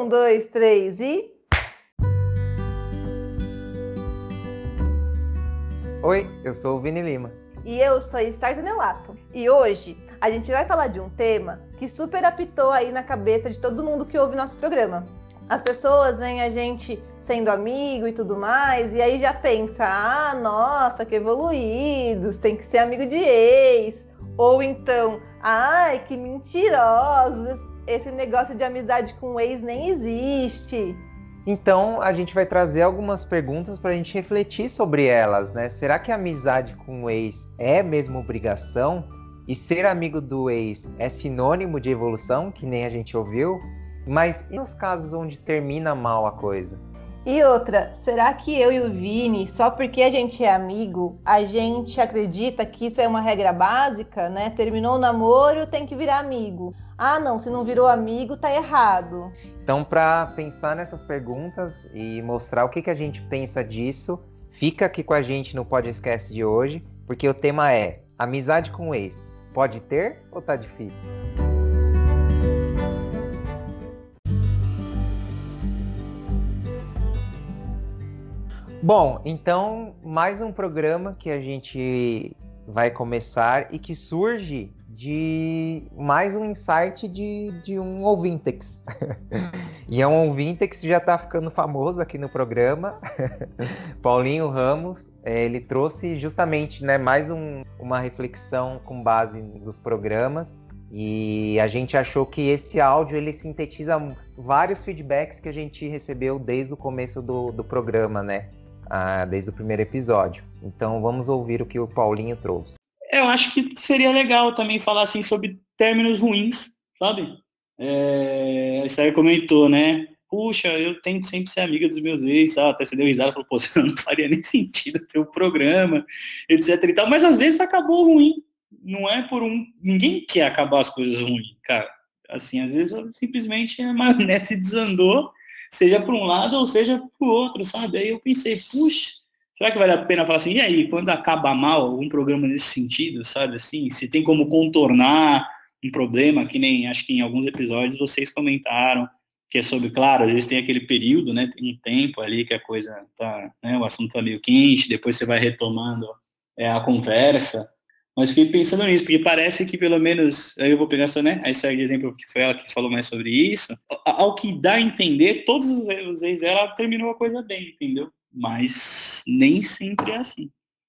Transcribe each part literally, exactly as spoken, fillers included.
Um, dois, três e... Oi, eu sou o Vini Lima. E eu sou a Esther Zanelato. E hoje a gente vai falar de um tema que super apitou aí na cabeça de todo mundo que ouve nosso programa. As pessoas veem a gente sendo amigo e tudo mais, e aí já pensa, ah, nossa, que evoluídos, tem que ser amigo de ex. Ou então, ai, que mentirosos, esse negócio de amizade com ex nem existe. Então, a gente vai trazer algumas perguntas para a gente refletir sobre elas, né? Será que a amizade com o ex é mesmo obrigação? E ser amigo do ex é sinônimo de evolução, que nem a gente ouviu? Mas e nos casos onde termina mal a coisa? E outra, será que eu e o Vini, só porque a gente é amigo, a gente acredita que isso é uma regra básica, né? Terminou o namoro, tem que virar amigo. Ah, não, se não virou amigo, tá errado. Então, para pensar nessas perguntas e mostrar o que, que a gente pensa disso, fica aqui com a gente no Pode Esquece de hoje, porque o tema é amizade com o ex. Pode ter ou tá difícil? Bom, então, mais um programa que a gente vai começar e que surge de mais um insight de, de um ouvintex. E é um ouvintex que já está ficando famoso aqui no programa. Paulinho Ramos, ele trouxe justamente, né, mais um, uma reflexão com base nos programas. E a gente achou que esse áudio ele sintetiza vários feedbacks que a gente recebeu desde o começo do, do programa, né? Ah, desde o primeiro episódio. Então vamos ouvir o que o Paulinho trouxe. Eu acho que seria legal também falar assim sobre términos ruins, sabe? É, a Esther comentou, né? Puxa, eu tento sempre ser amiga dos meus ex, tá? Até você deu risada e falou, pô, não faria nem sentido ter o programa, etc e tal. Mas às vezes acabou ruim. Não é por um... Ninguém quer acabar as coisas ruins, cara. Assim, às vezes simplesmente a maionese desandou, seja para um lado ou seja para o outro, sabe? Aí eu pensei, puxa, será que vale a pena falar assim, e aí, quando acaba mal algum programa nesse sentido, sabe, assim, se tem como contornar um problema, que nem, acho que em alguns episódios vocês comentaram, que é sobre, claro, às vezes tem aquele período, né, tem um tempo ali que a coisa tá, né, o assunto tá meio quente, depois você vai retomando é, a conversa, mas fiquei pensando nisso, porque parece que pelo menos, aí eu vou pegar só, né, a Esther de exemplo, que foi ela que falou mais sobre isso, ao que dá a entender, todos os ex dela terminou a coisa bem, entendeu? Mas nem sempre é assim.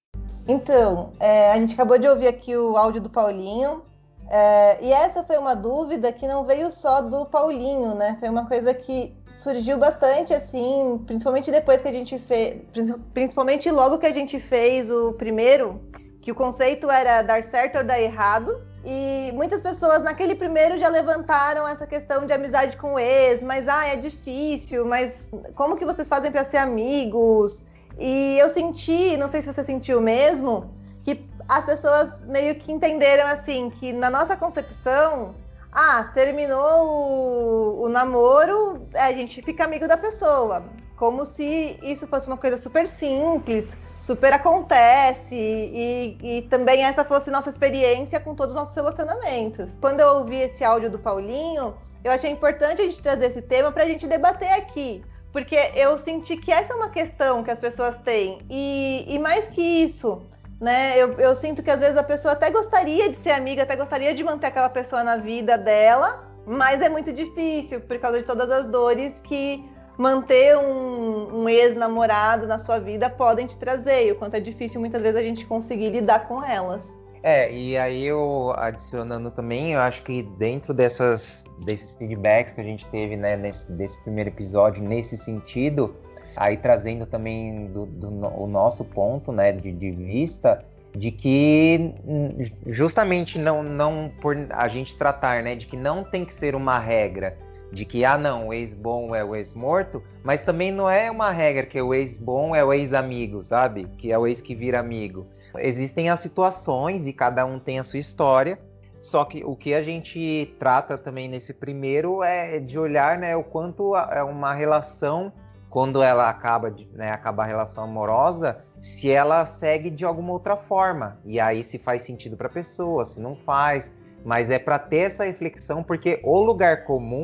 Então, é, a gente acabou de ouvir aqui o áudio do Paulinho, é, e essa foi uma dúvida que não veio só do Paulinho, né? Foi uma coisa que surgiu bastante, assim, principalmente depois que a gente fez, principalmente logo que a gente fez o primeiro, que o conceito era dar certo ou dar errado, e muitas pessoas naquele primeiro já levantaram essa questão de amizade com o ex, mas ah, é difícil, mas como que vocês fazem para ser amigos? E eu senti, não sei se você sentiu mesmo, que as pessoas meio que entenderam assim, que na nossa concepção, ah, terminou o, o namoro, a gente fica amigo da pessoa, como se isso fosse uma coisa super simples, super acontece, e, e também essa fosse nossa experiência com todos os nossos relacionamentos. Quando eu ouvi esse áudio do Paulinho, eu achei importante a gente trazer esse tema para a gente debater aqui, porque eu senti que essa é uma questão que as pessoas têm, e, e mais que isso, né, eu, eu sinto que às vezes a pessoa até gostaria de ser amiga, até gostaria de manter aquela pessoa na vida dela, mas é muito difícil por causa de todas as dores que manter um, um ex-namorado na sua vida podem te trazer, e o quanto é difícil muitas vezes a gente conseguir lidar com elas. É, e aí eu adicionando também, eu acho que dentro dessas, desses feedbacks que a gente teve, né, nesse, desse primeiro episódio, nesse sentido, aí trazendo também do, do, o nosso ponto, né, de, de vista, de que justamente não, não por a gente tratar, né, de que não tem que ser uma regra, de que, ah não, o ex-bom é o ex-morto, mas também não é uma regra que o ex-bom é o ex-amigo, sabe? Que é o ex que vira amigo. Existem as situações e cada um tem a sua história, só que o que a gente trata também nesse primeiro é de olhar, né, o quanto é uma relação, quando ela acaba, de, né, acaba a relação amorosa, se ela segue de alguma outra forma, e aí se faz sentido para a pessoa, se não faz, mas é para ter essa reflexão, porque o lugar comum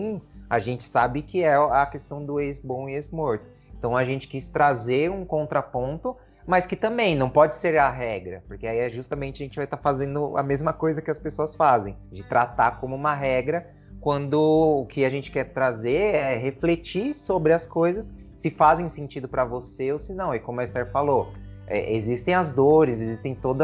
a gente sabe que é a questão do ex-bom e ex-morto. Então a gente quis trazer um contraponto, mas que também não pode ser a regra, porque aí é justamente a gente vai estar fazendo a mesma coisa que as pessoas fazem, de tratar como uma regra, quando o que a gente quer trazer é refletir sobre as coisas, se fazem sentido para você ou se não. E como a Esther falou, é, existem as dores, existem todos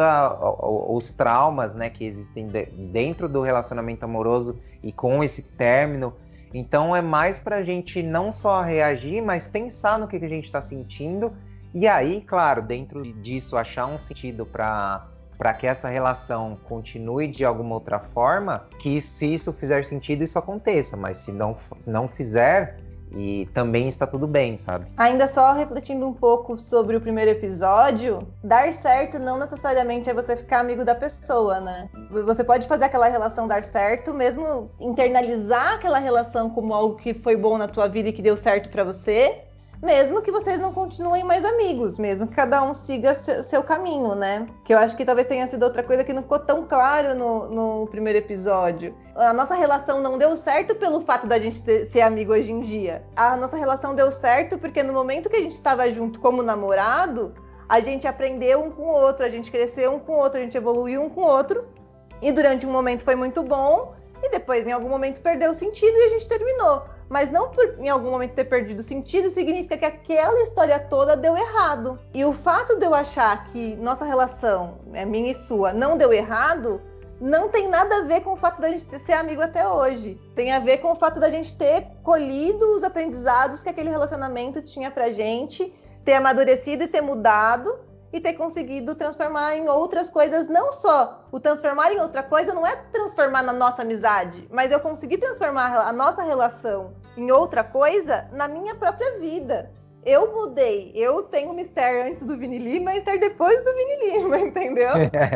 os traumas, né, que existem de, dentro do relacionamento amoroso e com esse término. Então é mais para a gente não só reagir, mas pensar no que, que a gente está sentindo. E aí, claro, dentro disso, achar um sentido para para que essa relação continue de alguma outra forma, que se isso fizer sentido, isso aconteça. Mas se não, se não fizer, e também está tudo bem, sabe? Ainda só refletindo um pouco sobre o primeiro episódio, dar certo não necessariamente é você ficar amigo da pessoa, né? Você pode fazer aquela relação dar certo, mesmo internalizar aquela relação como algo que foi bom na tua vida e que deu certo para você, mesmo que vocês não continuem mais amigos, mesmo que cada um siga seu, seu caminho, né? Que eu acho que talvez tenha sido outra coisa que não ficou tão claro no, no primeiro episódio. A nossa relação não deu certo pelo fato da gente ter, ser amigo hoje em dia. A nossa relação deu certo porque no momento que a gente estava junto como namorado, a gente aprendeu um com o outro, a gente cresceu um com o outro, a gente evoluiu um com o outro. E durante um momento foi muito bom, e depois em algum momento perdeu o sentido e a gente terminou. Mas não por em algum momento ter perdido sentido significa que aquela história toda deu errado. E o fato de eu achar que nossa relação, é minha e sua, não deu errado, não tem nada a ver com o fato da gente ser amigo até hoje. Tem a ver com o fato da gente ter colhido os aprendizados que aquele relacionamento tinha pra gente, ter amadurecido e ter mudado, e ter conseguido transformar em outras coisas. Não só o transformar em outra coisa não é transformar na nossa amizade, mas eu consegui transformar a nossa relação em outra coisa na minha própria vida. Eu mudei, eu tenho uma Esther antes do Vini Lima e Esther depois do Vini Lima, entendeu?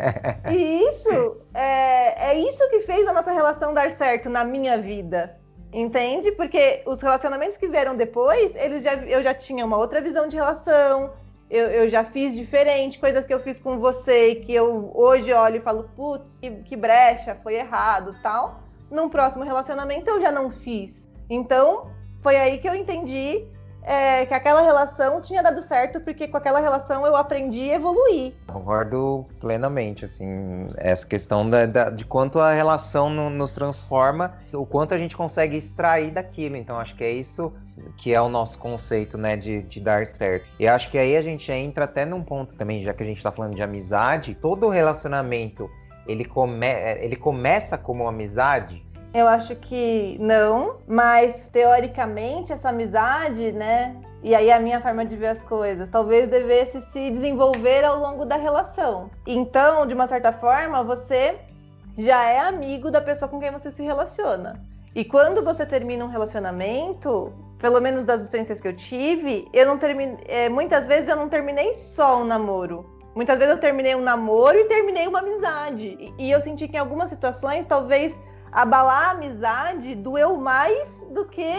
E isso é, é isso que fez a nossa relação dar certo na minha vida, entende? Porque os relacionamentos que vieram depois, eles já, eu já tinha uma outra visão de relação. Eu, eu já fiz diferente, coisas que eu fiz com você, que eu hoje olho e falo, putz, que, que brecha, foi errado, tal. Num próximo relacionamento eu já não fiz. Então, foi aí que eu entendi é, que aquela relação tinha dado certo, porque com aquela relação eu aprendi e evoluí. Concordo plenamente, assim, essa questão da, da, de quanto a relação no, nos transforma, o quanto a gente consegue extrair daquilo. Então, acho que é isso que é o nosso conceito, né, de, de dar certo. E acho que aí a gente entra até num ponto também, já que a gente tá falando de amizade, todo relacionamento, ele, come, ele começa como amizade? Eu acho que não, mas teoricamente essa amizade, né, e aí a minha forma de ver as coisas, talvez devesse se desenvolver ao longo da relação. Então, de uma certa forma, você já é amigo da pessoa com quem você se relaciona. E quando você termina um relacionamento, pelo menos das experiências que eu tive, eu não termine... é, muitas vezes eu não terminei só um namoro. Muitas vezes eu terminei um namoro e terminei uma amizade. E, e eu senti que em algumas situações, talvez abalar a amizade doeu mais do que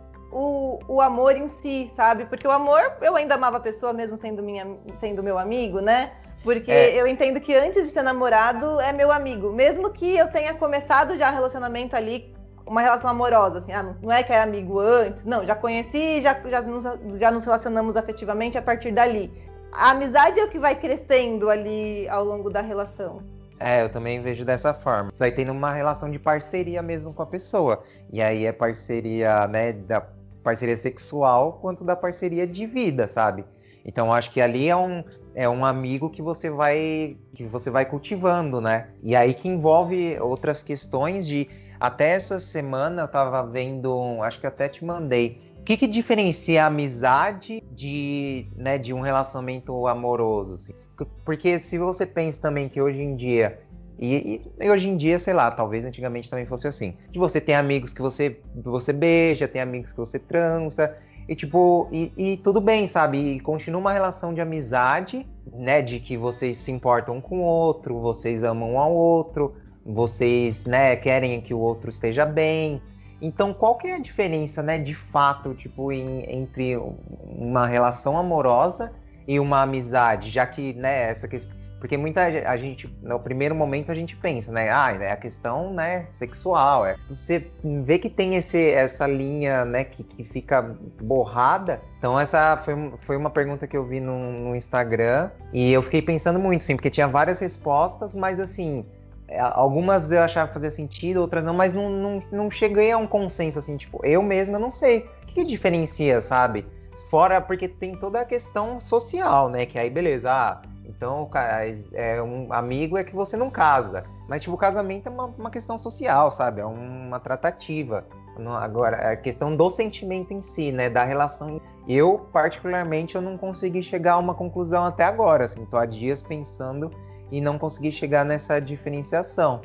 o, o amor em si, sabe? Porque o amor, eu ainda amava a pessoa mesmo sendo, minha, sendo meu amigo, né? Porque é. eu entendo que antes de ser namorado é meu amigo. Mesmo que eu tenha começado já relacionamento ali, uma relação amorosa, assim, ah, não é que era amigo antes, não, já conheci, já, já, nos, já nos relacionamos afetivamente a partir dali. A amizade é o que vai crescendo ali ao longo da relação. É, eu também vejo dessa forma. Você vai tendo uma relação de parceria mesmo com a pessoa. E aí é parceria, né, da parceria sexual quanto da parceria de vida, sabe? Então acho que ali é um, é um amigo que você vai que você vai cultivando, né? E aí que envolve outras questões de... Até essa semana eu tava vendo, acho que até te mandei, o que que diferencia a amizade de, né, de um relacionamento amoroso, assim? Porque se você pensa também que hoje em dia, e, e hoje em dia, sei lá, talvez antigamente também fosse assim, que você tem amigos que você, que você beija, tem amigos que você transa, e tipo, e, e tudo bem, sabe? E continua uma relação de amizade, né, de que vocês se importam um com o outro, vocês amam um ao outro, vocês, né, querem que o outro esteja bem. Então, qual que é a diferença, né, de fato, tipo, em, entre uma relação amorosa e uma amizade? Já que, né, essa questão, Porque muita a gente, no primeiro momento a gente pensa, né? Ah, é a questão, né, sexual. É. Você vê que tem esse, essa linha, né, que, que fica borrada. Então essa foi, foi uma pergunta que eu vi no, no Instagram e eu fiquei pensando muito, assim, porque tinha várias respostas, mas assim, algumas eu achava que fazia sentido, outras não, mas não, não, não cheguei a um consenso, assim, tipo, eu mesma não sei. O que, que diferencia, sabe? Fora, porque tem toda a questão social, né? Que aí, beleza, ah, então é um amigo é que você não casa. Mas, tipo, o casamento é uma, uma questão social, sabe? É uma tratativa. Agora, a questão do sentimento em si, né? Da relação. Eu, particularmente, eu não consegui chegar a uma conclusão até agora, assim. Tô há dias pensando e não consegui chegar nessa diferenciação.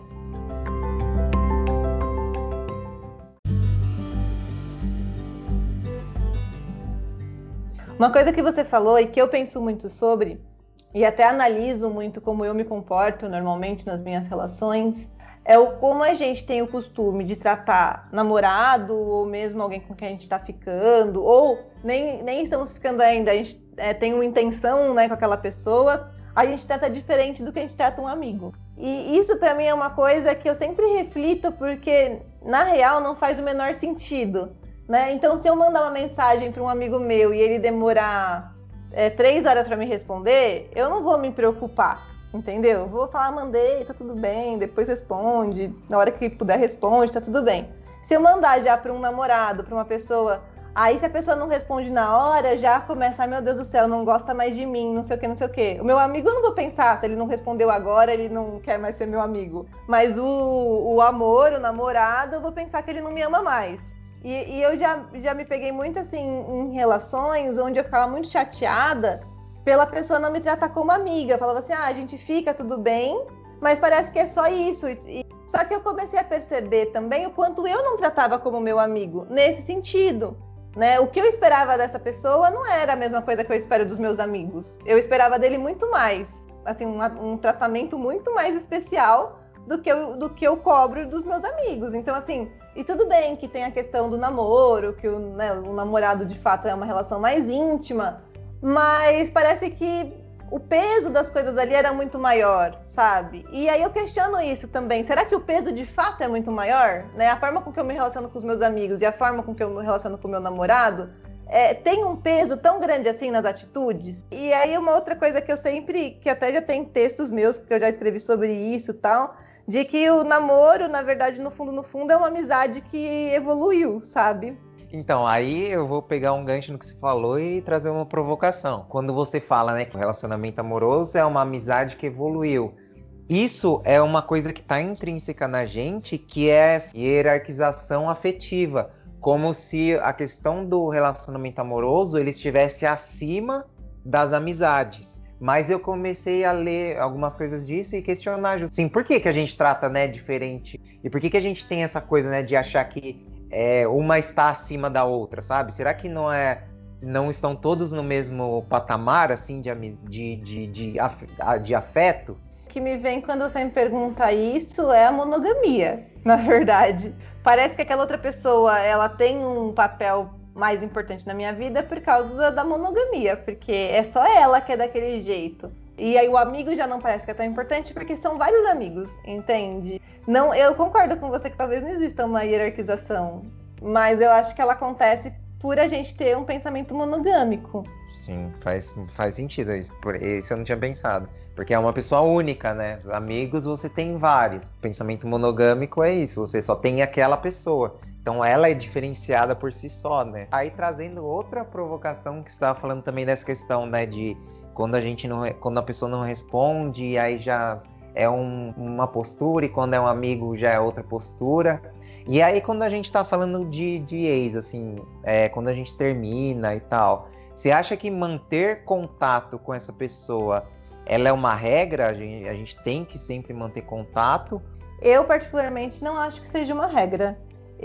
Uma coisa que você falou e que eu penso muito sobre, e até analiso muito como eu me comporto normalmente nas minhas relações, é o como a gente tem o costume de tratar namorado ou mesmo alguém com quem a gente está ficando, ou nem, nem estamos ficando ainda, a gente é, tem uma intenção, né, com aquela pessoa, a gente trata diferente do que a gente trata um amigo. E isso para mim é uma coisa que eu sempre reflito, porque na real não faz o menor sentido. Né? Então, se eu mandar uma mensagem para um amigo meu e ele demorar é, três horas para me responder, eu não vou me preocupar, entendeu? Eu vou falar, mandei, tá tudo bem, depois responde, na hora que puder responde, tá tudo bem. Se eu mandar já para um namorado, para uma pessoa, aí se a pessoa não responde na hora, já começa, ah, meu Deus do céu, não gosta mais de mim, não sei o que, não sei o que. O meu amigo eu não vou pensar, se ele não respondeu agora, ele não quer mais ser meu amigo. Mas o, o amor, o namorado, eu vou pensar que ele não me ama mais. E, e eu já, já me peguei muito assim em relações onde eu ficava muito chateada pela pessoa não me tratar como amiga. Eu falava assim, ah, a gente fica, tudo bem, mas parece que é só isso. E, só que eu comecei a perceber também o quanto eu não tratava como meu amigo, nesse sentido. Né? O que eu esperava dessa pessoa não era a mesma coisa que eu espero dos meus amigos. Eu esperava dele muito mais, assim, um, um tratamento muito mais especial do que, eu, do que eu cobro dos meus amigos. Então, assim, e tudo bem que tem a questão do namoro, que o, né, o namorado de fato é uma relação mais íntima, mas parece que o peso das coisas ali era muito maior, sabe? E aí eu questiono isso também. Será que o peso de fato é muito maior? Né? A forma com que eu me relaciono com os meus amigos e a forma com que eu me relaciono com o meu namorado é, tem um peso tão grande assim nas atitudes? E aí uma outra coisa que eu sempre, que até já tem textos meus que eu já escrevi sobre isso e tal, de que o namoro, na verdade, no fundo, no fundo, é uma amizade que evoluiu, sabe? Então, aí eu vou pegar um gancho no que você falou e trazer uma provocação. Quando você fala, né, que o relacionamento amoroso é uma amizade que evoluiu, isso é uma coisa que está intrínseca na gente, que é essa hierarquização afetiva. Como se a questão do relacionamento amoroso ele estivesse acima das amizades. Mas eu comecei a ler algumas coisas disso e questionar, assim, por que que a gente trata, né, diferente? E por que que a gente tem essa coisa, né, de achar que é, uma está acima da outra, sabe? Será que não é, não estão todos no mesmo patamar, assim, de, de, de, de, de afeto? O que me vem quando você me pergunta isso é a monogamia, na verdade. Parece que aquela outra pessoa, ela tem um papel mais importante na minha vida por causa da monogamia, porque é só ela que é daquele jeito. E aí o amigo já não parece que é tão importante porque são vários amigos, entende? Não, eu concordo com você que talvez não exista uma hierarquização, mas eu acho que ela acontece por a gente ter um pensamento monogâmico. Sim, faz, faz sentido isso. Por isso eu não tinha pensado. Porque é uma pessoa única, né? Amigos você tem vários. O pensamento monogâmico é isso, você só tem aquela pessoa. Então ela é diferenciada por si só, né? Aí trazendo outra provocação que você estava falando também dessa questão, né? De quando a gente não, quando a pessoa não responde, aí já é um, uma postura, e quando é um amigo já é outra postura. E aí quando a gente tá falando de, de ex, assim, é, quando a gente termina e tal, você acha que manter contato com essa pessoa, ela é uma regra? A gente, a gente tem que sempre manter contato? Eu particularmente não acho que seja uma regra.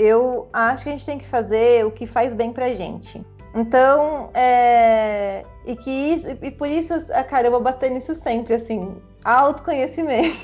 Eu acho que a gente tem que fazer o que faz bem pra gente. Então, é... e que isso, e por isso, cara, eu vou bater nisso sempre, assim, autoconhecimento.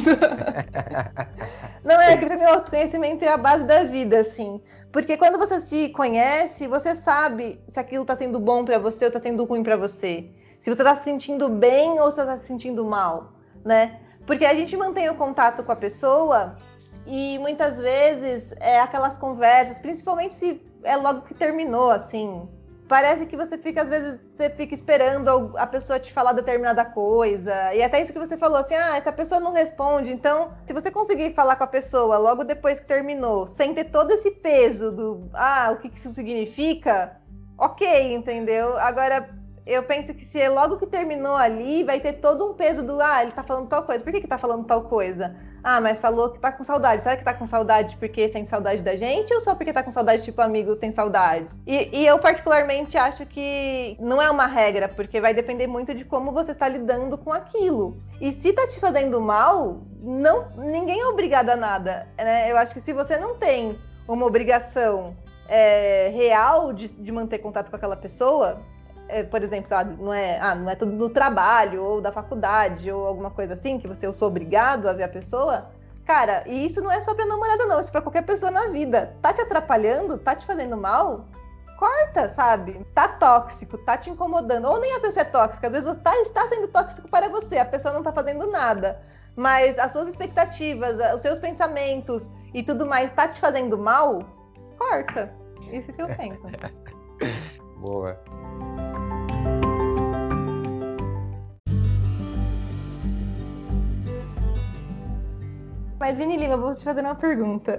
Não é que pra mim o autoconhecimento é a base da vida, assim. Porque quando você se conhece, você sabe se aquilo tá sendo bom pra você ou tá sendo ruim pra você. Se você tá se sentindo bem ou se você tá se sentindo mal, né? Porque a gente mantém o contato com a pessoa e muitas vezes é aquelas conversas, principalmente se é logo que terminou, assim. Parece que você fica, às vezes, você fica esperando a pessoa te falar determinada coisa. E até isso que você falou, assim, ah, essa pessoa não responde. Então, se você conseguir falar com a pessoa logo depois que terminou, sem ter todo esse peso do, ah, o que isso significa, ok, entendeu? Agora, eu penso que se é logo que terminou ali, vai ter todo um peso do, ah, ele tá falando tal coisa. Por que que tá falando tal coisa? Ah, mas falou que tá com saudade. Será que tá com saudade porque tem saudade da gente ou só porque tá com saudade, tipo, amigo tem saudade? E, e eu, particularmente, acho que não é uma regra, porque vai depender muito de como você tá lidando com aquilo. E se tá te fazendo mal, não, ninguém é obrigado a nada, né? Eu acho que se você não tem uma obrigação é, real de, de manter contato com aquela pessoa... É, por exemplo, sabe, não é, ah, não é tudo do trabalho ou da faculdade ou alguma coisa assim, que você eu sou obrigado a ver a pessoa, cara, e isso não é só pra namorada não, isso é pra qualquer pessoa na vida. Tá te atrapalhando? Tá te fazendo mal? Corta, sabe? Tá tóxico, tá te incomodando. Ou nem a pessoa é tóxica, às vezes você tá, está sendo tóxico para você, a pessoa não tá fazendo nada. Mas as suas expectativas, os seus pensamentos e tudo mais tá te fazendo mal? Corta. Isso que eu penso. Boa. Mas, Vini Lima, eu vou te fazer uma pergunta.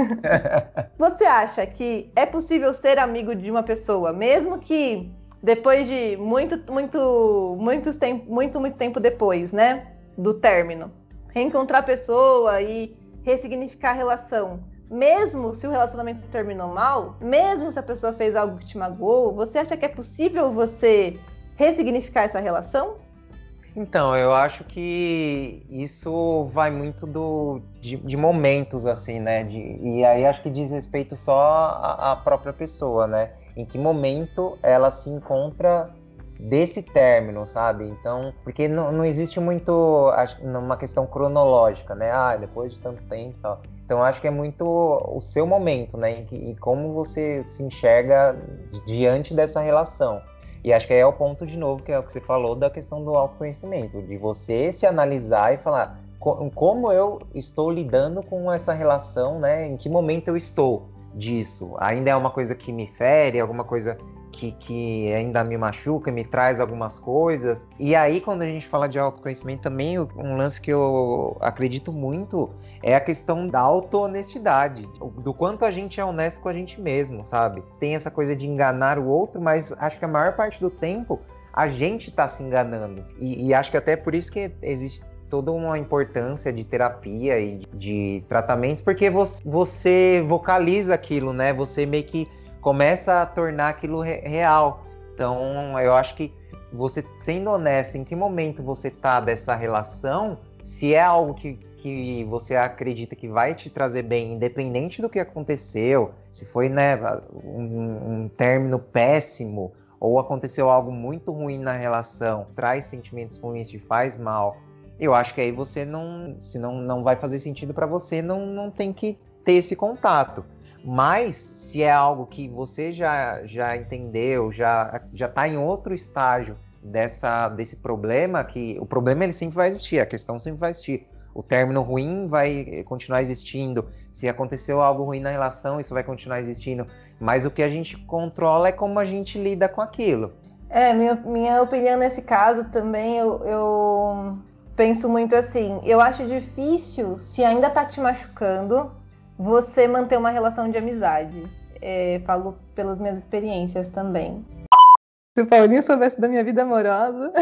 Você acha que é possível ser amigo de uma pessoa, mesmo que depois de muito, muito, muitos tempo, muito, muito tempo depois, né, do término, reencontrar a pessoa e ressignificar a relação, mesmo se o relacionamento terminou mal, mesmo se a pessoa fez algo que te magoou, você acha que é possível você ressignificar essa relação? Então, eu acho que isso vai muito do, de, de momentos, assim, né? De, e aí acho que diz respeito só à, à própria pessoa, né? Em que momento ela se encontra desse término, sabe? Então, porque não, não existe muito acho, uma questão cronológica, né? Ah, depois de tanto tempo e tal. Então, acho que é muito o seu momento, né? E, e como você se enxerga diante dessa relação. E acho que aí é o ponto, de novo, que é o que você falou da questão do autoconhecimento, de você se analisar e falar como eu estou lidando com essa relação, né? Em que momento eu estou disso? Ainda é uma coisa que me fere, alguma coisa que, que ainda me machuca, me traz algumas coisas. E aí, quando a gente fala de autoconhecimento também, um lance que eu acredito muito é a questão da auto-honestidade, do quanto a gente é honesto com a gente mesmo, sabe? Tem essa coisa de enganar o outro, mas acho que a maior parte do tempo a gente tá se enganando. E, e acho que até por isso que existe toda uma importância de terapia e de, de tratamentos, porque você, você vocaliza aquilo, né? Você meio que começa a tornar aquilo re- real. Então, eu acho que você sendo honesto, em que momento você tá dessa relação, se é algo que que você acredita que vai te trazer bem, independente do que aconteceu, se foi, né, um, um término péssimo, ou aconteceu algo muito ruim na relação, traz sentimentos ruins, te faz mal, eu acho que aí você não, se não, não vai fazer sentido para você, não, não tem que ter esse contato. Mas, se é algo que você já, já entendeu, já, já tá em outro estágio dessa, desse problema, que o problema ele sempre vai existir, a questão sempre vai existir. O término ruim vai continuar existindo. Se aconteceu algo ruim na relação, isso vai continuar existindo. Mas o que a gente controla é como a gente lida com aquilo. É, minha, minha opinião nesse caso também, eu, eu penso muito assim. Eu acho difícil, se ainda tá te machucando, você manter uma relação de amizade. É, falo pelas minhas experiências também. Se o Paulinho soubesse da minha vida amorosa...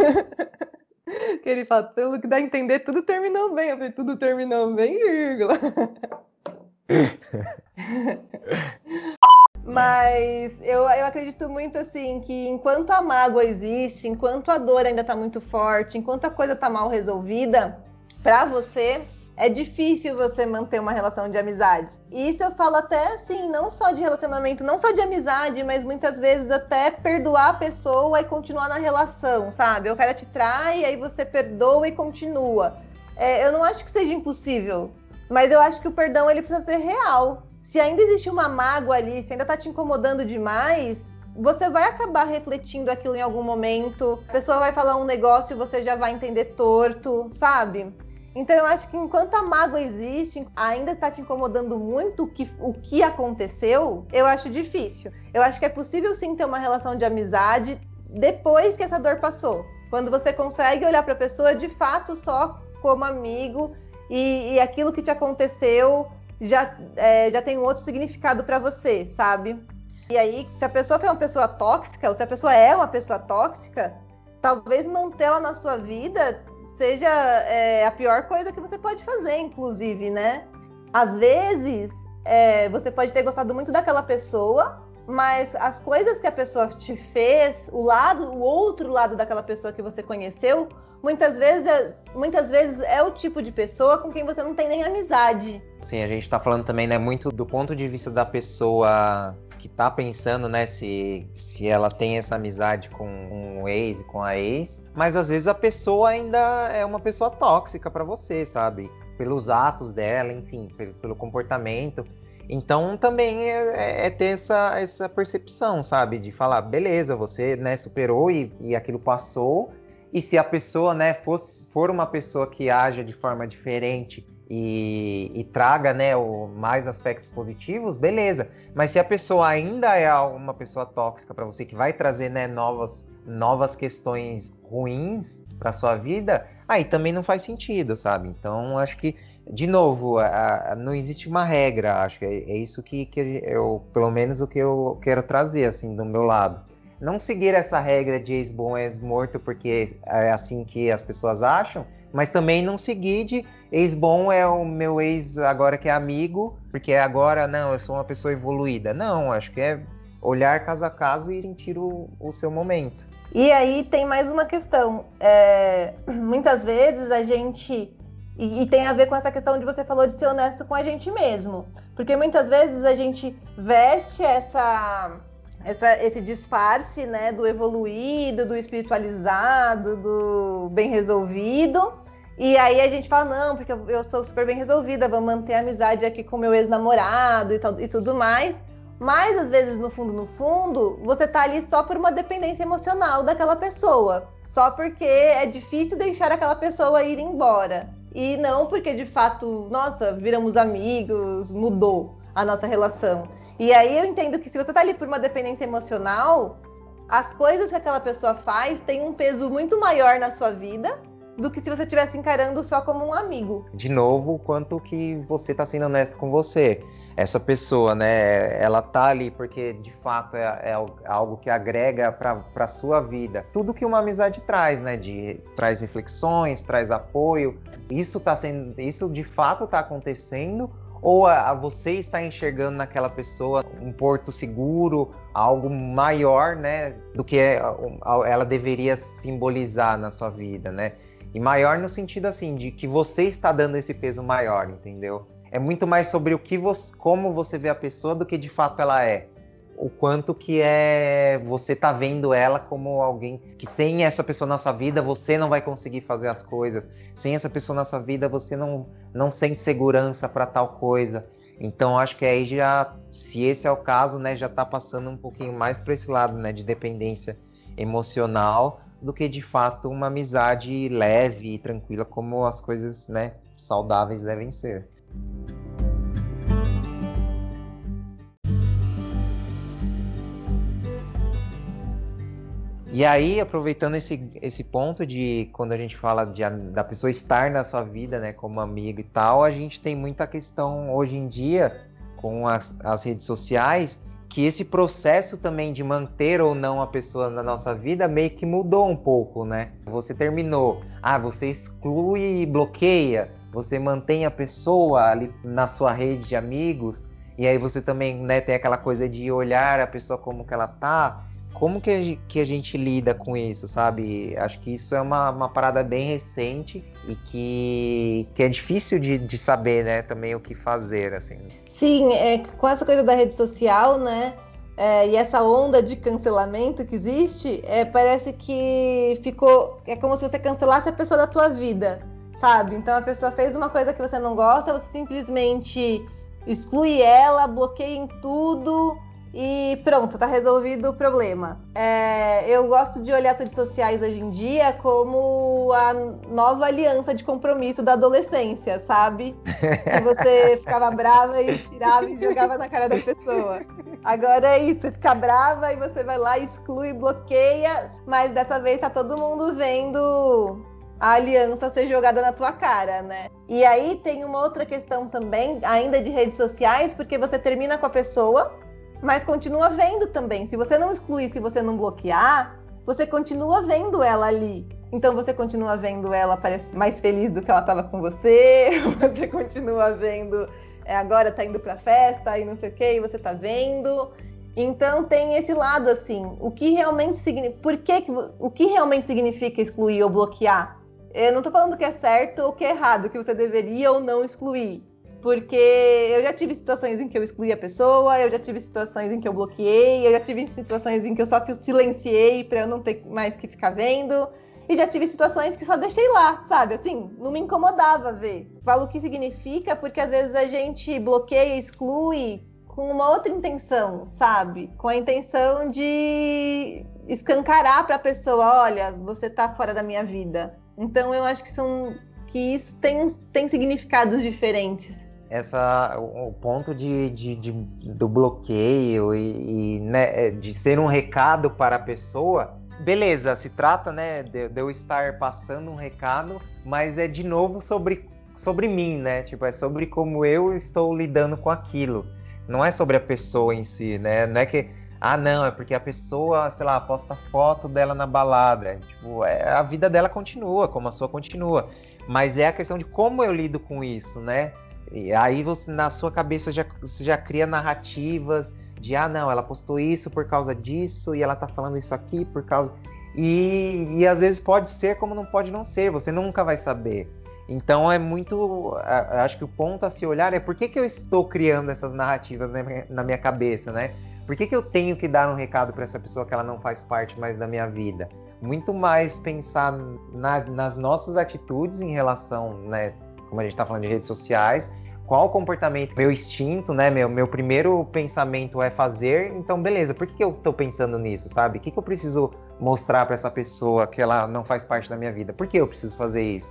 que ele fala, pelo que dá a entender, tudo terminou bem. Eu falei, tudo terminou bem, vírgula. Mas eu, eu acredito muito, assim, que enquanto a mágoa existe, enquanto a dor ainda tá muito forte, enquanto a coisa tá mal resolvida, pra você, é difícil você manter uma relação de amizade. E isso eu falo até, assim, não só de relacionamento, não só de amizade, mas muitas vezes até perdoar a pessoa e continuar na relação, sabe? O cara te trai, aí você perdoa e continua. É, eu não acho que seja impossível, mas eu acho que o perdão, ele precisa ser real. Se ainda existe uma mágoa ali, se ainda tá te incomodando demais, você vai acabar refletindo aquilo em algum momento, a pessoa vai falar um negócio e você já vai entender torto, sabe? Então eu acho que enquanto a mágoa existe, ainda está te incomodando muito o que, o que aconteceu, eu acho difícil. Eu acho que é possível sim ter uma relação de amizade depois que essa dor passou. Quando você consegue olhar para a pessoa de fato só como amigo e, e aquilo que te aconteceu já, é, já tem um outro significado para você, sabe? E aí, se a pessoa foi uma pessoa tóxica, ou se a pessoa é uma pessoa tóxica, talvez mantê-la na sua vida seja é, a pior coisa que você pode fazer, inclusive, né? Às vezes, é, você pode ter gostado muito daquela pessoa, mas as coisas que a pessoa te fez, o lado, o outro lado daquela pessoa que você conheceu, muitas vezes, é, muitas vezes é o tipo de pessoa com quem você não tem nem amizade. Sim, a gente tá falando também, né, muito do ponto de vista da pessoa que tá pensando, né, se, se ela tem essa amizade com o ex e com a ex, mas às vezes a pessoa ainda é uma pessoa tóxica pra você, sabe? Pelos atos dela, enfim, pelo, pelo comportamento. Então também é, é ter essa, essa percepção, sabe? De falar, beleza, você, né, superou e, e aquilo passou, e se a pessoa, né, fosse, for uma pessoa que haja de forma diferente E, e traga, né, o, mais aspectos positivos, beleza. Mas se a pessoa ainda é uma pessoa tóxica para você, que vai trazer, né, novas, novas questões ruins para sua vida, aí também não faz sentido, sabe? Então, acho que, de novo, a, a, não existe uma regra. Acho que é, é isso que, que eu, pelo menos, o que eu quero trazer, assim, do meu lado. Não seguir essa regra de ex-bom, ex-morto, porque é assim que as pessoas acham, mas também não seguir de ex-bom é o meu ex agora que é amigo, porque agora, não, eu sou uma pessoa evoluída. Não, acho que é olhar caso a caso e sentir o, o seu momento. E aí tem mais uma questão. É, muitas vezes a gente... E, e tem a ver com essa questão de você falou de ser honesto com a gente mesmo. Porque muitas vezes a gente veste essa... Essa, esse disfarce, né, do evoluído, do espiritualizado, do bem resolvido. E aí a gente fala, não, porque eu, eu sou super bem resolvida, vou manter a amizade aqui com meu ex-namorado e, tal, e tudo mais. Mas, às vezes, no fundo, no fundo, você tá ali só por uma dependência emocional daquela pessoa. Só porque é difícil deixar aquela pessoa ir embora. E não porque, de fato, nossa, viramos amigos, mudou a nossa relação. E aí eu entendo que se você tá ali por uma dependência emocional, as coisas que aquela pessoa faz têm um peso muito maior na sua vida do que se você estivesse encarando só como um amigo. De novo, o quanto que você tá sendo honesto com você. Essa pessoa, né, ela tá ali porque de fato é, é algo que agrega pra, pra sua vida. Tudo que uma amizade traz, né, de, traz reflexões, traz apoio. Isso tá sendo, isso de fato tá acontecendo? Ou a, a você está enxergando naquela pessoa um porto seguro, algo maior, né, do que é, a, ela deveria simbolizar na sua vida, né? E maior no sentido assim, de que você está dando esse peso maior, entendeu? É muito mais sobre o que você, como você vê a pessoa do que de fato ela é. O quanto que é você tá vendo ela como alguém que sem essa pessoa na sua vida você não vai conseguir fazer as coisas. Sem essa pessoa na sua vida você não, não sente segurança para tal coisa. Então acho que aí já, se esse é o caso, né, já tá passando um pouquinho mais para esse lado, né, de dependência emocional do que de fato uma amizade leve e tranquila como as coisas, né, saudáveis devem ser. E aí, aproveitando esse, esse ponto de quando a gente fala de, da pessoa estar na sua vida, né, como amigo e tal, a gente tem muita questão hoje em dia com as, as redes sociais, que esse processo também de manter ou não a pessoa na nossa vida meio que mudou um pouco, né? Você terminou, ah, você exclui e bloqueia, você mantém a pessoa ali na sua rede de amigos, e aí você também, né, tem aquela coisa de olhar a pessoa como que ela tá. Como que a, que a gente lida com isso, sabe? Acho que isso é uma, uma parada bem recente e que, que é difícil de, de saber, né, também o que fazer, assim. Sim, é, com essa coisa da rede social, né, é, e essa onda de cancelamento que existe, é, parece que ficou, é como se você cancelasse a pessoa da tua vida, sabe? Então a pessoa fez uma coisa que você não gosta, você simplesmente exclui ela, bloqueia em tudo. e pronto, tá resolvido o problema. É, eu gosto de olhar as redes sociais hoje em dia como a nova aliança de compromisso da adolescência, sabe? Que você ficava brava e tirava e jogava na cara da pessoa. Agora é isso, você fica brava e você vai lá, exclui, bloqueia, mas dessa vez tá todo mundo vendo a aliança ser jogada na tua cara, né? E aí tem uma outra questão também, ainda de redes sociais, porque você termina com a pessoa, mas continua vendo também. Se você não excluir, se você não bloquear, você continua vendo ela ali. Então você continua vendo ela parece mais feliz do que ela estava com você, você continua vendo, é, agora tá indo pra festa e não sei o que, e você tá vendo. Então tem esse lado assim, o que realmente significa, por que, o que realmente significa excluir ou bloquear? Eu não tô falando que é certo ou que é errado, que você deveria ou não excluir. Porque eu já tive situações em que eu excluí a pessoa, eu já tive situações em que eu bloqueei, eu já tive situações em que eu só silenciei pra eu não ter mais que ficar vendo. E já tive situações que só deixei lá, sabe? Assim, não me incomodava ver. Falo o que significa porque às vezes a gente bloqueia, exclui com uma outra intenção, sabe? Com a intenção de escancarar pra pessoa, olha, você tá fora da minha vida. Então eu acho que são que isso tem, tem significados diferentes. Essa, o ponto de, de, de, do bloqueio e, e né, de ser um recado para a pessoa, beleza, se trata, né, de, de eu estar passando um recado, mas é de novo sobre, sobre mim, né? Tipo, é sobre como eu estou lidando com aquilo. Não é sobre a pessoa em si, né? Não é que, ah, não, é porque a pessoa, sei lá, posta foto dela na balada. É, tipo, é, a vida dela continua, como a sua continua. Mas é a questão de como eu lido com isso, né? E aí você, na sua cabeça, já, você já cria narrativas de, ah, não, ela postou isso por causa disso, e ela tá falando isso aqui por causa... E, e às vezes pode ser como não pode não ser, você nunca vai saber. Então é muito... Acho que o ponto a se olhar é por que, que eu estou criando essas narrativas na minha, na minha cabeça, né? Por que, que eu tenho que dar um recado para essa pessoa que ela não faz parte mais da minha vida? Muito mais pensar na, nas nossas atitudes em relação, né? Como a gente está falando de redes sociais, qual o comportamento, meu instinto, né? Meu, meu primeiro pensamento é fazer, então beleza, por que, que eu estou pensando nisso, sabe? O que, que eu preciso mostrar para essa pessoa que ela não faz parte da minha vida? Por que eu preciso fazer isso?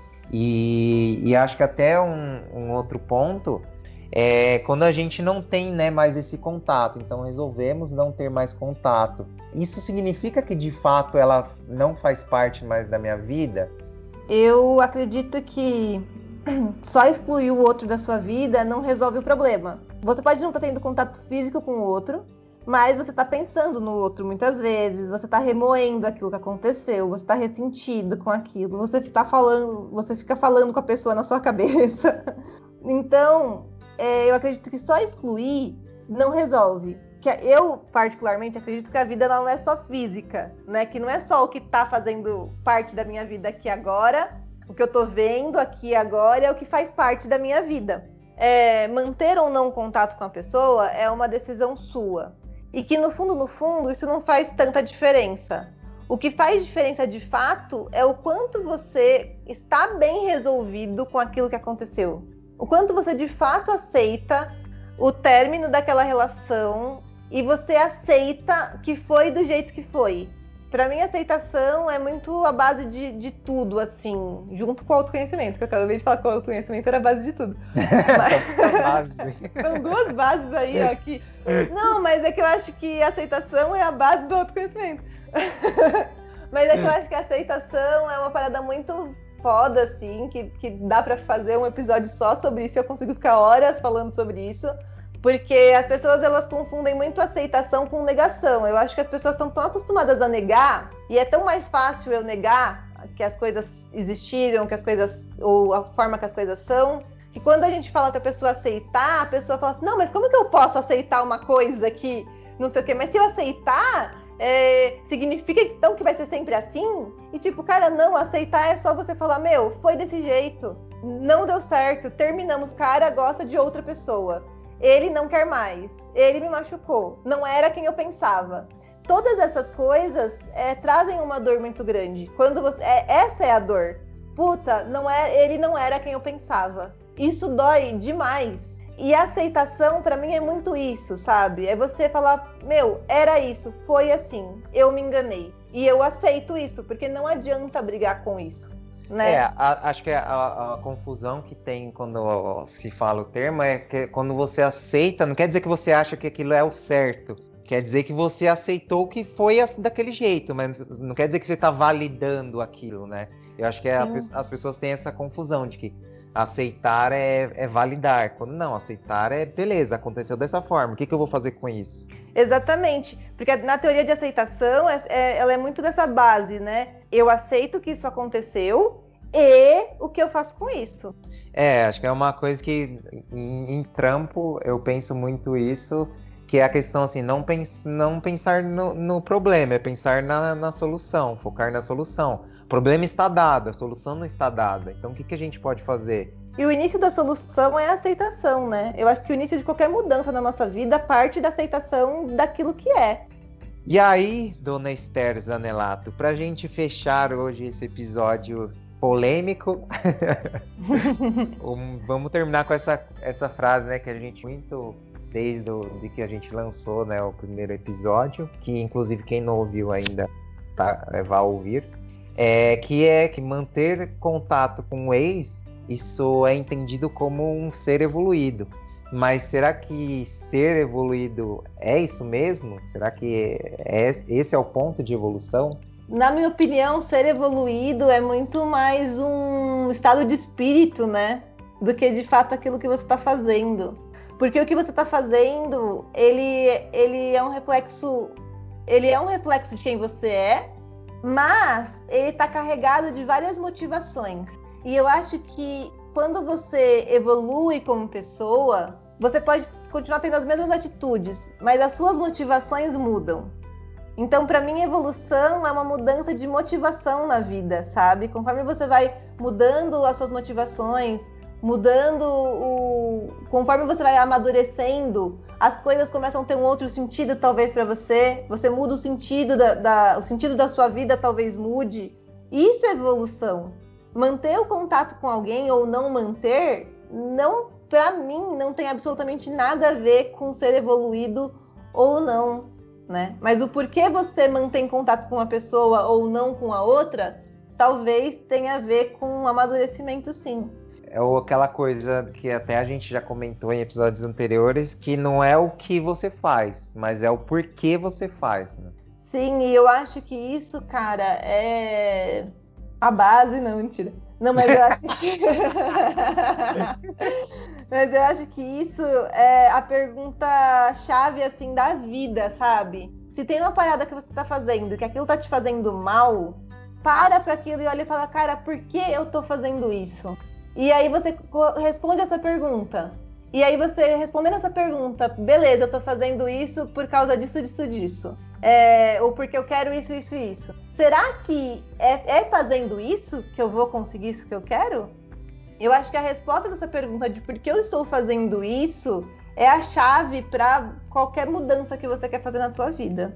E, e acho que até um, um outro ponto é quando a gente não tem, né, mais esse contato, então resolvemos não ter mais contato. Isso significa que de fato ela não faz parte mais da minha vida? Eu acredito que só excluir o outro da sua vida não resolve o problema. Você pode não estar tendo contato físico com o outro, mas você está pensando no outro muitas vezes, você está remoendo aquilo que aconteceu, você está ressentido com aquilo, você fica falando, você fica falando com a pessoa na sua cabeça. Então, é, eu acredito que só excluir não resolve. Que eu, particularmente, acredito que a vida não é só física, né? Que não é só o que está fazendo parte da minha vida aqui agora, o que eu tô vendo aqui agora é o que faz parte da minha vida. É, manter ou não contato com a pessoa é uma decisão sua. E que no fundo, no fundo, isso não faz tanta diferença. O que faz diferença de fato é o quanto você está bem resolvido com aquilo que aconteceu. O quanto você de fato aceita o término daquela relação e você aceita que foi do jeito que foi. Pra mim, aceitação é muito a base de, de tudo, assim, junto com o autoconhecimento, que eu acabei de falar que o autoconhecimento era a base de tudo. Mas... São duas bases aí, ó, que... Não, mas é que eu acho que a aceitação é a base do autoconhecimento. Mas é que eu acho que a aceitação é uma parada muito foda, assim, que, que dá pra fazer um episódio só sobre isso, eu consigo ficar horas falando sobre isso. Porque as pessoas, elas confundem muito aceitação com negação. Eu acho que as pessoas estão tão acostumadas a negar, e é tão mais fácil eu negar que as coisas existiram, que as coisas, ou a forma que as coisas são, que quando a gente fala pra pessoa aceitar, a pessoa fala assim, não, mas como que eu posso aceitar uma coisa que não sei o quê? Mas se eu aceitar, é, significa então que vai ser sempre assim? E tipo, cara, não, aceitar é só você falar, meu, foi desse jeito, não deu certo, terminamos, o cara gosta de outra pessoa. Ele não quer mais, ele me machucou, não era quem eu pensava. Todas essas coisas é, trazem uma dor muito grande. Quando você, é, essa é a dor. Puta, não é, ele não era quem eu pensava. Isso dói demais. E a aceitação, pra mim, é muito isso, sabe? É você falar, meu, era isso, foi assim, eu me enganei. E eu aceito isso, porque não adianta brigar com isso, né? É, a, acho que a, a, a confusão que tem quando se fala o termo é que quando você aceita, não quer dizer que você acha que aquilo é o certo. Quer dizer que você aceitou que foi assim, daquele jeito, mas não quer dizer que você está validando aquilo, né? Eu acho que a, as pessoas têm essa confusão de que aceitar é, é validar. Quando não, aceitar é beleza, aconteceu dessa forma, o que, que eu vou fazer com isso? Exatamente, porque na teoria de aceitação, é, é, ela é muito dessa base, né? Eu aceito que isso aconteceu e o que eu faço com isso. É, acho que é uma coisa que em, em trampo eu penso muito isso, que é a questão assim, não, pens, não pensar no, no problema, é pensar na, na solução, focar na solução. O problema está dado, a solução não está dada. Então o que, que a gente pode fazer? E o início da solução é a aceitação, né? Eu acho que o início de qualquer mudança na nossa vida parte da aceitação daquilo que é. E aí, dona Esther Zanelato, pra gente fechar hoje esse episódio polêmico, um, vamos terminar com essa, essa frase, né, que a gente muito... desde o, de que a gente lançou, né, o primeiro episódio, que inclusive quem não ouviu ainda tá, vai ouvir, é, que é que manter contato com o ex, isso é entendido como um ser evoluído. Mas será que ser evoluído é isso mesmo? Será que é, esse é o ponto de evolução? Na minha opinião, ser evoluído é muito mais um estado de espírito, né? Do que de fato aquilo que você está fazendo. Porque o que você está fazendo, ele, ele é um reflexo, ele é um reflexo de quem você é, mas ele está carregado de várias motivações. E eu acho que quando você evolui como pessoa, você pode continuar tendo as mesmas atitudes, mas as suas motivações mudam. Então, para mim, evolução é uma mudança de motivação na vida, sabe? Conforme você vai mudando as suas motivações, mudando o... conforme você vai amadurecendo, as coisas começam a ter um outro sentido, talvez, para você. Você muda o sentido da, da... o sentido da sua vida, talvez mude. Isso é evolução. Manter o contato com alguém ou não manter, não, para mim, não tem absolutamente nada a ver com ser evoluído ou não, né? Mas o porquê você mantém contato com uma pessoa ou não com a outra, talvez tenha a ver com um amadurecimento, sim. É aquela coisa que até a gente já comentou em episódios anteriores, que não é o que você faz, mas é o porquê você faz, né? Sim, e eu acho que isso, cara, é a base, não, mentira. Não, mas eu acho que... mas eu acho que isso é a pergunta-chave, assim, da vida, sabe? Se tem uma parada que você tá fazendo, que aquilo tá te fazendo mal, para pra aquilo e olha e fala, cara, por que eu tô fazendo isso? E aí você responde essa pergunta. E aí você respondendo essa pergunta, beleza, eu tô fazendo isso por causa disso, disso, disso. É, ou porque eu quero isso, isso e isso. Será que é, é fazendo isso que eu vou conseguir isso que eu quero? Eu acho que a resposta dessa pergunta de por que eu estou fazendo isso é a chave para qualquer mudança que você quer fazer na tua vida.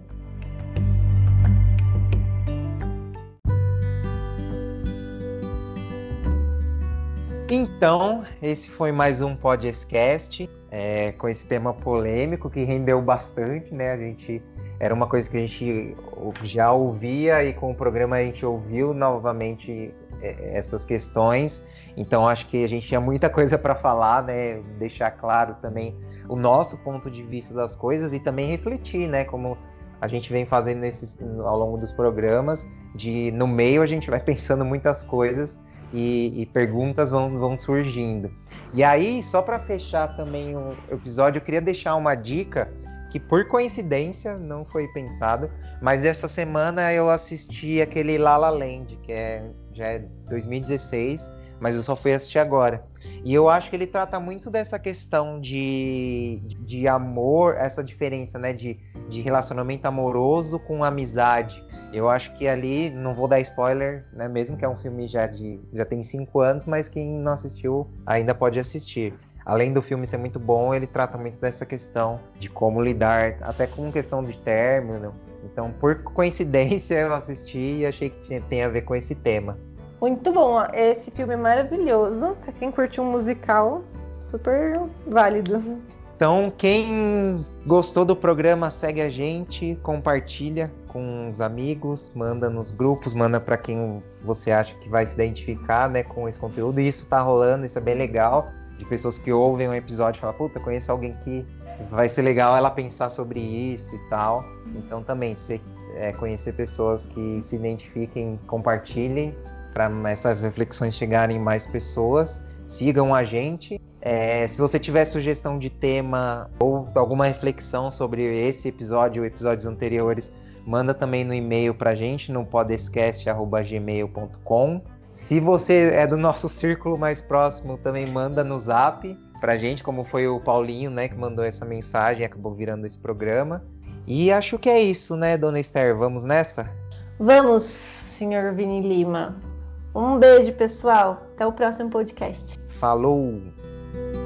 Então, esse foi mais um podcast é, com esse tema polêmico que rendeu bastante, né? A gente era uma coisa que a gente já ouvia e com o programa a gente ouviu novamente é, essas questões. Então, acho que a gente tinha muita coisa para falar, né? Deixar claro também o nosso ponto de vista das coisas e também refletir, né? Como a gente vem fazendo nesses, ao longo dos programas, de no meio a gente vai pensando muitas coisas. E, e perguntas vão, vão surgindo. E aí, só para fechar também o episódio, eu queria deixar uma dica que, por coincidência, não foi pensado, mas essa semana eu assisti aquele La La Land, que é, já é dois mil e dezesseis, mas eu só fui assistir agora. E eu acho que ele trata muito dessa questão de, de amor, essa diferença, né, de, de relacionamento amoroso com amizade. Eu acho que ali, não vou dar spoiler, né, mesmo que é um filme já, de, já tem cinco anos, mas quem não assistiu ainda pode assistir. Além do filme ser muito bom, ele trata muito dessa questão de como lidar, até com questão de término. Então, por coincidência, eu assisti e achei que tinha, tem a ver com esse tema. Muito bom, esse filme é maravilhoso. Pra quem curte um musical, super válido. Então, quem gostou do programa, segue a gente, compartilha com os amigos, manda nos grupos, manda para quem você acha que vai se identificar, né, com esse conteúdo. E isso tá rolando, isso é bem legal, de pessoas que ouvem um episódio e falam, puta, conheço alguém que vai ser legal ela pensar sobre isso e tal. Então também, se é, conhecer pessoas que se identifiquem, compartilhem, para essas reflexões chegarem em mais pessoas. Sigam a gente. É, se você tiver sugestão de tema ou alguma reflexão sobre esse episódio ou episódios anteriores, manda também no e-mail pra gente, no podescast arroba gmail ponto com. Se você é do nosso círculo mais próximo, também manda no zap pra gente, como foi o Paulinho, né, que mandou essa mensagem e acabou virando esse programa. E acho que é isso, né, dona Esther? Vamos nessa? Vamos, senhor Vini Lima. Um beijo, pessoal. Até o próximo podcast. Falou!